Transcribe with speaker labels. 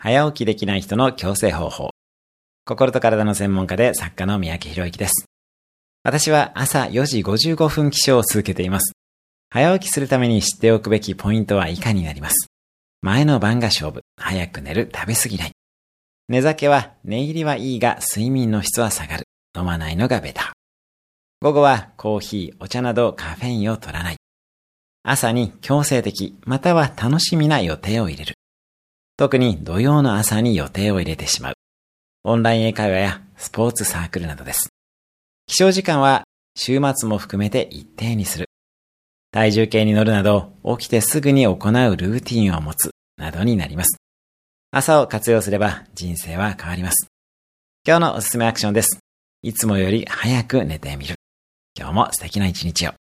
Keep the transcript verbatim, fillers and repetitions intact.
Speaker 1: 早起きできない人の矯正方法。心と体の専門家で作家の三宅博之です。私は朝よじごじゅうごふん起床を続けています。早起きするために知っておくべきポイントは以下になります。前の晩が勝負、早く寝る、食べ過ぎない。寝酒は寝入りはいいが睡眠の質は下がる。飲まないのがベター。午後はコーヒー、お茶などカフェインを取らない。朝に強制的または楽しみな予定を入れる。特に土曜の朝に予定を入れてしまう。オンライン英会話やスポーツサークルなどです。起床時間は週末も含めて一定にする。体重計に乗るなど起きてすぐに行うルーティンを持つなどになります。朝を活用すれば人生は変わります。今日のおすすめアクションです。いつもより早く寝てみる。今日も素敵な一日を。